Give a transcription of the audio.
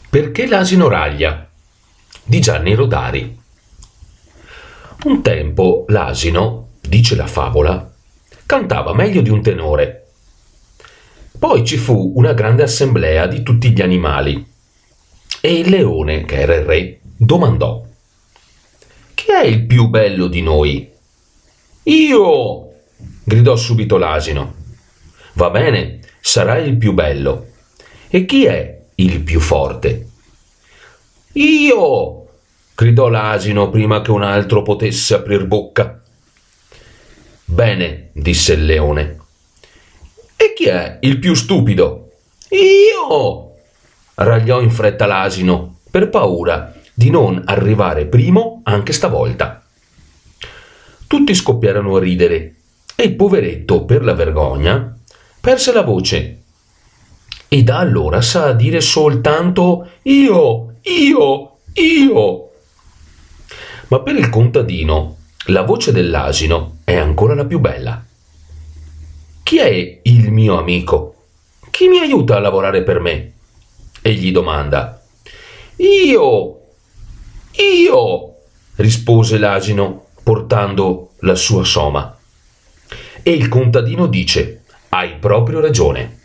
Perché l'asino raglia? Di Gianni Rodari. Un tempo l'asino, dice la favola, cantava meglio di un tenore. Poi ci fu una grande assemblea di tutti gli animali e il leone, che era il re, domandò: chi è il più bello di noi? Io! Gridò subito l'asino. Va bene, sarai il più bello. E chi è il più forte? Io! Gridò l'asino prima che un altro potesse aprir bocca. Bene, disse il leone. E chi è il più stupido? Io! Ragliò in fretta l'asino, per paura di non arrivare primo anche stavolta. Tutti scoppiarono a ridere e il poveretto, per la vergogna, perse la voce e da allora sa dire soltanto io. Ma per il contadino la voce dell'asino è ancora la più bella. Chi è il mio amico? Chi mi aiuta a lavorare per me? Egli domanda. Io, rispose l'asino portando la sua soma. E il contadino dice: hai proprio ragione.